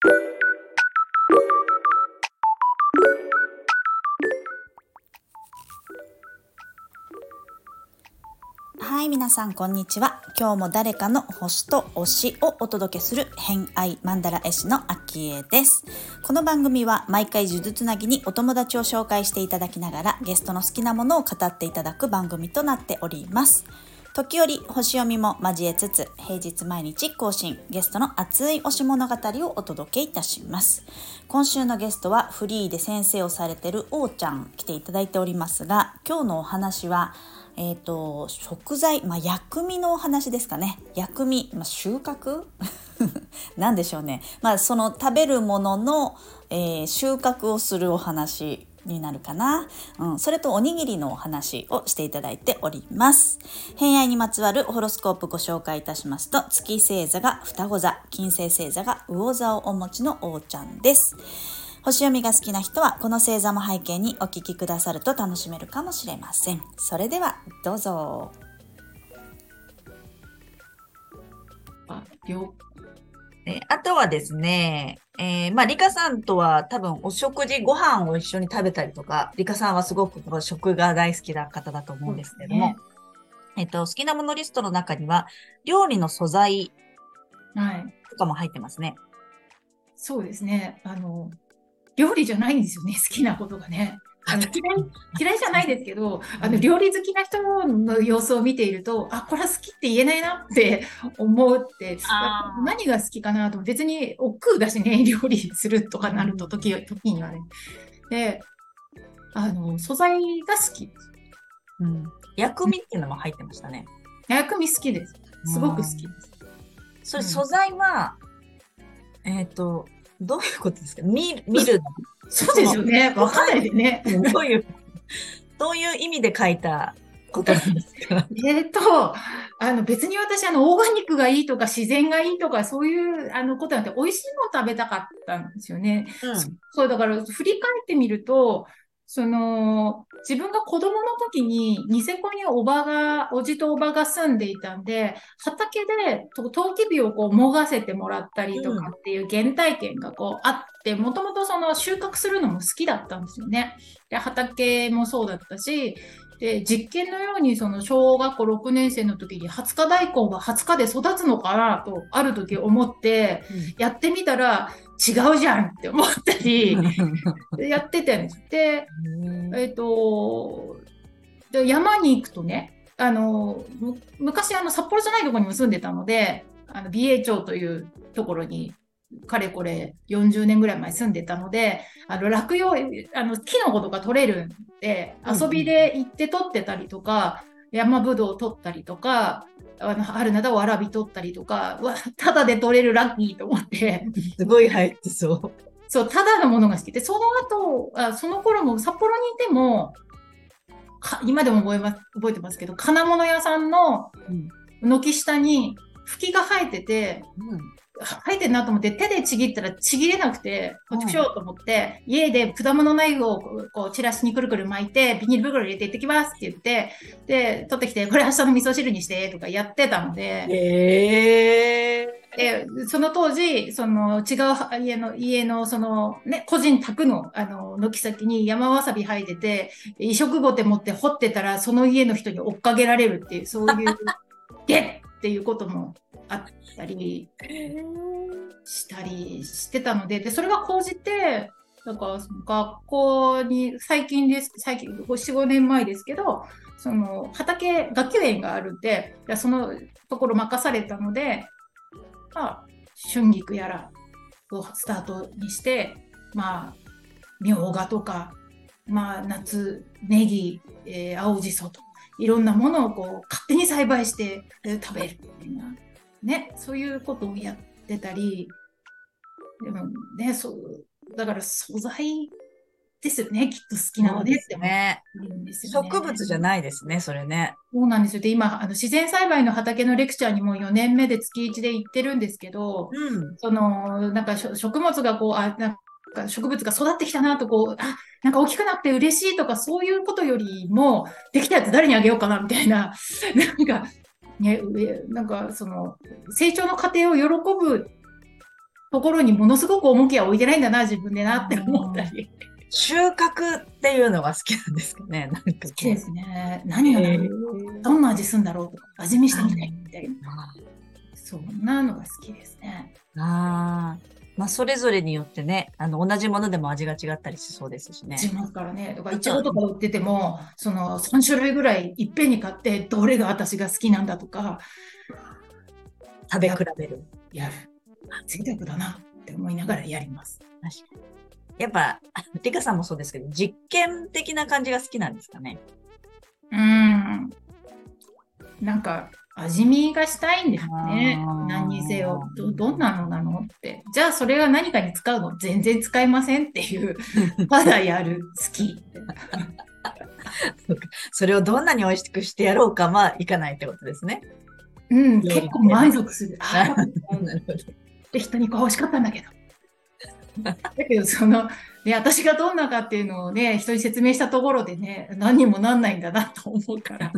はい、皆さんこんにちは。今日も誰かの星と推しをお届けする偏愛マンダラ絵師のあきえです。この番組は毎回呪術つなぎにお友達を紹介していただきながらゲストの好きなものを語っていただく番組となっております。時折星読みも交えつつ平日毎日更新、ゲストの熱い推し物語をお届けいたします。今週のゲストはフリーで先生をされているおーちゃん来ていただいておりますが、今日のお話は食材、薬味のお話ですかね。薬味、収穫なんでしょうね。その食べるものの、収穫をするお話になるかな、それとおにぎりのお話をしていただいております。偏愛にまつわるホロスコープご紹介いたしますと、月星座が双子座、金星星座が魚座をお持ちのおーちゃんです。星読みが好きな人はこの星座も背景にお聞きくださると楽しめるかもしれません。それではどうぞ。 あとはですね、リカさんとは多分お食事、ご飯を一緒に食べたりとか、リカさんはすごく食が大好きな方だと思うんですけれども、好きなものリストの中には料理の素材とかも入ってますね。 そうですね。料理じゃないんですよね、好きなことがね。嫌いじゃないですけど、料理好きな人の様子を見ていると、これは好きって言えないなって思って、何が好きかなと、別に億劫だしね、料理するとかなると、時にはね。で、素材が好きです。 薬味っていうのも入ってましたね。 薬味好きです。すごく好きです。 それ、素材は、どういうことですか？見る。 そうですよね。わかんないでね。 どういう意味で書いたことなんですか？ 別に私、オーガニックがいいとか、自然がいいとか、そういうことなんて、美味しいのを食べたかったんですよね。そう、だから、振り返ってみると、自分が子供の時に、ニセコにおじとおばが住んでいたんで、畑で、トウキビをもがせてもらったりとかっていう原体験があって、もともと収穫するのも好きだったんですよね。で、畑もそうだったし、で、実験のように小学校6年生の時に20日大根は20日で育つのかなと、ある時思って、やってみたら違うじゃんって思ったり、やってたんです。で、山に行くとね、昔札幌じゃないところにも住んでたので、美瑛町というところに、かれこれ40年ぐらい前住んでたので、落葉、キノコとか取れるんで、遊びで行って取ってたりとか、山ぶどう取ったりとか、春菜だわらび取ったりとか、ただで取れるラッキーと思って。 すごい入ってそう。 そう、ただのものが好きで、その後、その頃も札幌にいても、今でも覚えてますけど、金物屋さんの軒下に茎が生えてて、生えてるなと思って手でちぎったらちぎれなくて、こっちしようと思って、家で果物ナイフをチラシにくるくる巻いて、ビニール袋入れて行ってきますって言って、で、取ってきて、これ明日の味噌汁にしてとかやってたので、で、その当時、違う家の個人宅の、軒先に山わさび生えてて、移植ゴテ持って掘ってたら、その家の人に追っかけられるっていう、そういう、っていうこともあったりしたりしてたので、それが高じて、なんか学校に最近4、5年前ですけど、学級園があるんで、そのところ任されたので、春菊やらをスタートにして、みょうがとか、夏ネギ、青じそといろんなものを勝手に栽培して食べるみたいなね、そういうことをやってたり、でもね、だから素材ですよね、きっと好きなのでって思うんですよね。 植物じゃないですね、それね。 そうなんですよ。で、今、自然栽培の畑のレクチャーにも4年目で月1で行ってるんですけど、なんか植物がなんか植物が育ってきたなとなんか大きくなって嬉しいとかそういうことよりも、できたやつ誰にあげようかなみたいな、なんか、ね、なんか成長の過程を喜ぶところにものすごく重きは置いてないんだな、自分でなって思ったり。 収穫っていうのが好きなんですかね。なんか好きですね。何が何どんな味するんだろうとか、味見してみたいみたいな。そんなのが好きですね。 ああ。まあ、それぞれによってね、同じものでも味が違ったりしそうですしね。 しますからね。だから、いちごとか売ってても、その3種類ぐらいいっぺんに買って、どれが私が好きなんだとか、 食べ比べる。 やる。贅沢だなって思いながらやります。 確かに。やっぱ、リカさんもそうですけど、実験的な感じが好きなんですかね。 なんか、味見がしたいんですね。何にせよ。どんなのなのって。じゃあ、それが何かに使うの全然使いませんっていう、ただやる、好き。 それをどんなに美味しくしてやろうかはいかないってことですね。 結構満足する。 なるほど。 で、人にこう欲しかったんだけど。だけど、私がどんなかっていうのをね、人に説明したところでね、何にもなんないんだなと思うから。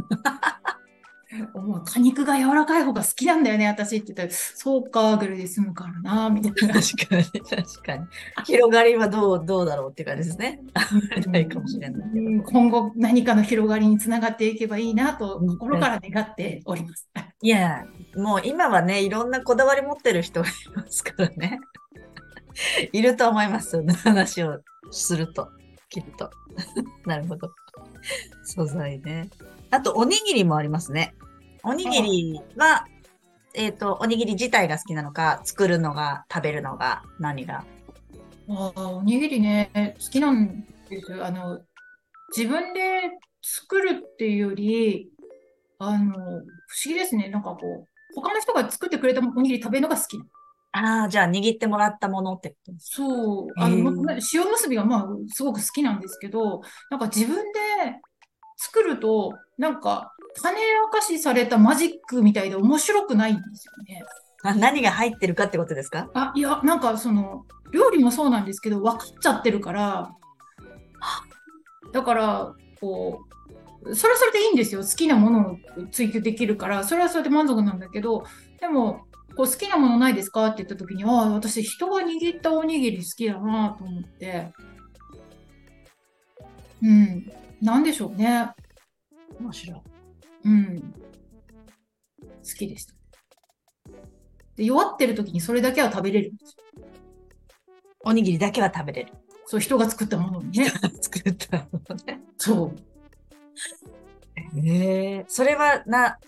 果肉が柔らかい方が好きなんだよね、私って言ったら、そうか、ぐらいで済むからな、みたいな。 確かに、確かに。広がりはどうだろうっていう感じですね。ないかもしれないけど。 今後何かの広がりにつながっていけばいいなと、心から願っております。 いや、もう今はね、いろんなこだわり持ってる人がいますからね。いると思います。その話をすると。きっと。なるほど。素材ね。あと、おにぎりもありますね。おにぎりは、おにぎり自体が好きなのか、作るのが、食べるのが、何が。 おにぎりね、好きなんですよ。自分で作るっていうより、不思議ですね。なんかこう、他の人が作ってくれたおにぎり食べるのが好き。 ああ、じゃあ握ってもらったものってことですか。 そう。塩むすびがまあ、すごく好きなんですけど、なんか自分で作ると、なんか、種明かしされたマジックみたいで面白くないんですよね。 何が入ってるかってことですか。 いや、なんか料理もそうなんですけど、分かっちゃってるから、だから、こう、それはそれでいいんですよ。好きなものを追求できるから、それはそれで満足なんだけど、でも、好きなものないですかって言った時に、私、人が握ったおにぎり好きだなと思って、なんでしょうね。 面白い。 好きでした。で、弱ってる時にそれだけは食べれるんですよ。 おにぎりだけは食べれる。 そう、人が作ったものにね。 作ったものね。 そう。 それは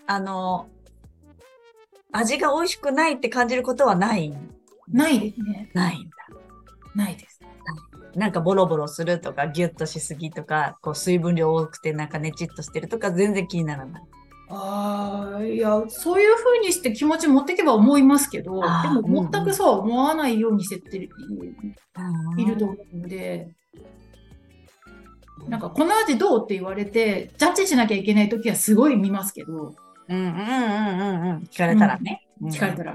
味が美味しくないって感じることはない？ ないですね。 ないんだ。 ないです。 なんかボロボロするとか、ギュッとしすぎとか、こう水分量多くてなんかねちっとしてるとか、全然気にならない。 いや、そういう風にして気持ち持っていけば思いますけど、でも全くそうは思わないようにしていると思うので、なんかこの味どうって言われて、ジャッジしなきゃいけないときはすごい見ますけど。 聞かれたらね。 聞かれたら。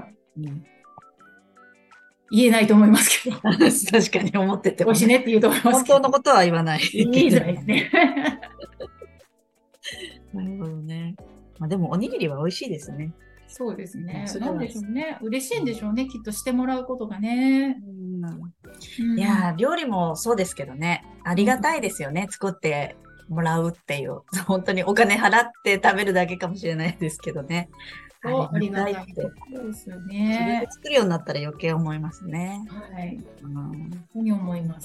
言えないと思いますけど。 確かに思ってても、 美味しいねって言うと思いますけど。 本当のことは言わない。 言いづらいですね。 なるほどね。まあでもおにぎりは美味しいですね。 そうですね。なんでしょうね。嬉しいんでしょうね。きっとしてもらうことがね。 いや、料理もそうですけどね。ありがたいですよね。作ってもらうっていう。本当にお金払って食べるだけかもしれないですけどね。 ありがたいって。そうですよね。 自分で作るようになったら余計思いますね。 はい。本当に思います。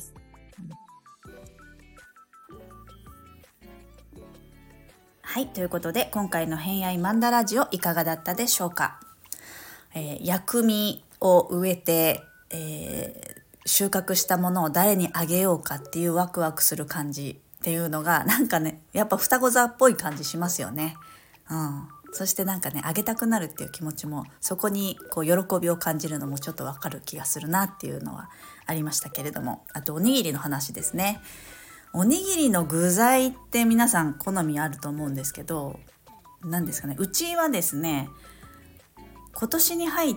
はい、ということで今回の偏愛マンダラジオいかがだったでしょうか。薬味を植えて、収穫したものを誰にあげようかっていうワクワクする感じっていうのがなんかね、やっぱ双子座っぽい感じしますよね。そしてなんかね、あげたくなるっていう気持ちも、そこにこう喜びを感じるのもちょっとわかる気がするなっていうのはありましたけれども、あとおにぎりの話ですね。おにぎりの具材って皆さん好みあると思うんですけど、何ですかね、うちはですね、今年に入って、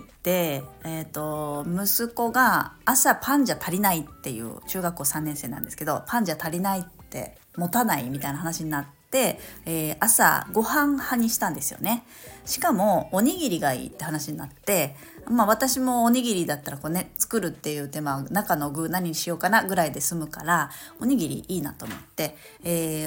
息子が朝パンじゃ足りないっていう、中学校3年生なんですけど、パンじゃ足りないって持たないみたいな話になって、 、朝ご飯派にしたんですよね。しかもおにぎりがいいって話になって、私もおにぎりだったら作るっていう手間、中の具何にしようかなぐらいで済むから、おにぎりいいなと思って、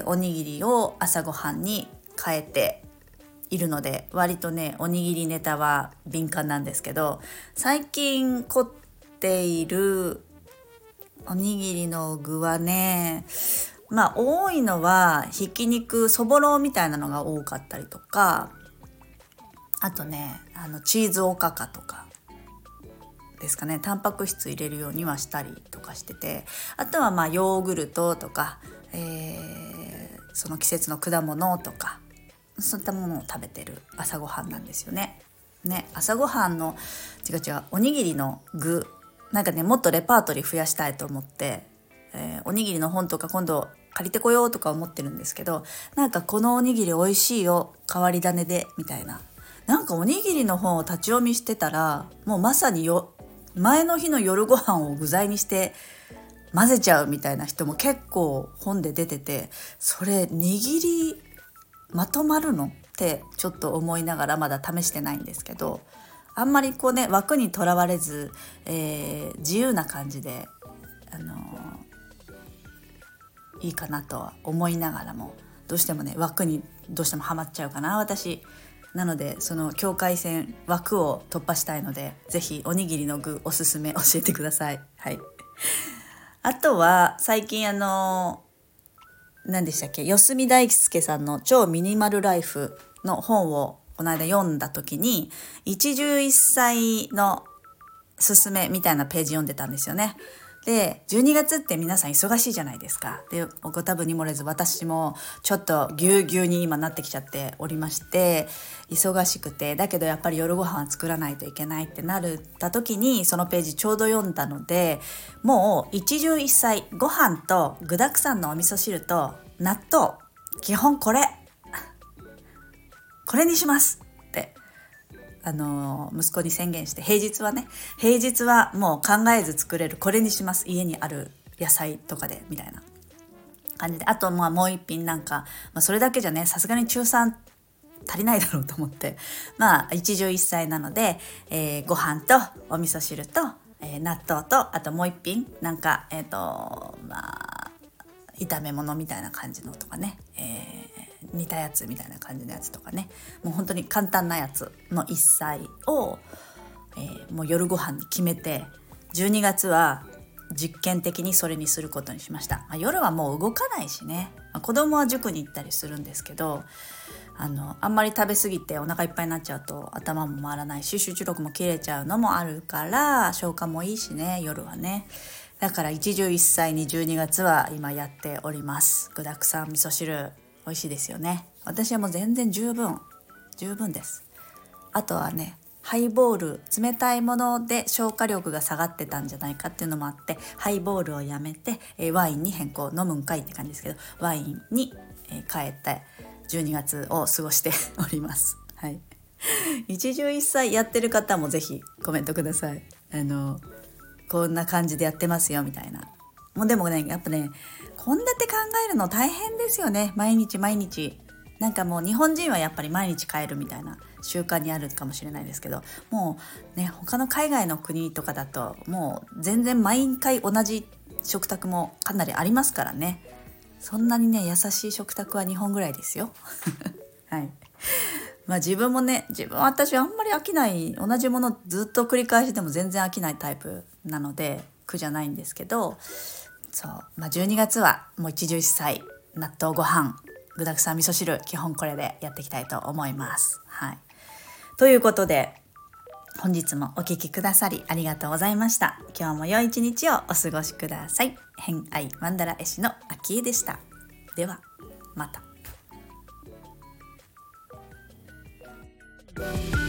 おにぎりを朝ごはんに変えているので、割とねおにぎりネタは敏感なんですけど、最近凝っているおにぎりの具はね、多いのはひき肉そぼろみたいなのが多かったりとか、あとねチーズおかかとかですかね。タンパク質入れるようにはしたりとかしてて、あとはヨーグルトとか、その季節の果物とか、そういったものを食べてる朝ごはんなんですよね。朝ごはんのおにぎりの具もっとレパートリー増やしたいと思って、おにぎりの本とか今度借りてこようとか思ってるんですけど、このおにぎり美味しいよ変わり種でみたいな、おにぎりの本を立ち読みしてたら、もうまさに前の日の夜ご飯を具材にして混ぜちゃうみたいな人も結構本で出てて、それ握りまとまるのってちょっと思いながらまだ試してないんですけど、あんまり枠にとらわれず、自由な感じで、いいかなとは思いながらも、どうしても枠にどうしてもはまっちゃうかな私。なのでその境界線枠を突破したいので、ぜひおにぎりの具おすすめ教えてください。はい。あとは最近何でしたっけ、四隅大輔さんの超ミニマルライフの本をこの間読んだ時に、一汁一菜のすすめみたいなページ読んでたんですよね。で、12月って皆さん忙しいじゃないですか。で、ご多分に漏れず私もちょっとぎゅうぎゅうに今なってきちゃっておりまして、忙しくて、だけどやっぱり夜ご飯は作らないといけないってなった時に、そのページちょうど読んだので、もう一汁一菜、ご飯と具沢山のお味噌汁と納豆、基本これにしますって息子に宣言して、平日はもう考えず作れるこれにします、家にある野菜とかでみたいな感じで、あともう一品それだけじゃねさすがに中3足りないだろうと思って、一汁一菜なので、ご飯とお味噌汁と、納豆と、あともう一品炒め物みたいな感じのとかね、煮たやつみたいな感じのやつとかね、もう本当に簡単なやつの一菜を、もう夜ご飯に決めて、12月は実験的にそれにすることにしました。夜はもう動かないしね、子供は塾に行ったりするんですけど、あんまり食べ過ぎてお腹いっぱいになっちゃうと頭も回らないし、集中力も切れちゃうのもあるから、消化もいいしね、夜はね。だから一汁一菜に12月は今やっております。具沢山味噌汁美味しいですよね。私はもう全然十分です。あとはね、ハイボール、冷たいもので消化力が下がってたんじゃないかっていうのもあって、ハイボールをやめて、ワインに変更、飲むんかいって感じですけど、ワインに変えて12月を過ごしております。はい。一汁一菜やってる方もぜひコメントください。こんな感じでやってますよみたいな。もうでもね、やっぱね、献立考えるの大変ですよね。毎日もう日本人はやっぱり毎日変えるみたいな習慣にあるかもしれないですけど、もうね、他の海外の国とかだともう全然毎回同じ食卓もかなりありますからね。そんなにね優しい食卓は日本ぐらいですよ。はい。私はあんまり飽きない、同じものずっと繰り返しても全然飽きないタイプなので苦じゃないんですけど、12月はもう一汁一菜、納豆ご飯、具沢山味噌汁、基本これでやっていきたいと思います。はい。ということで本日もお聞きくださりありがとうございました。今日も良い一日をお過ごしください。偏愛マンダラ絵師のあきえでした。ではまた。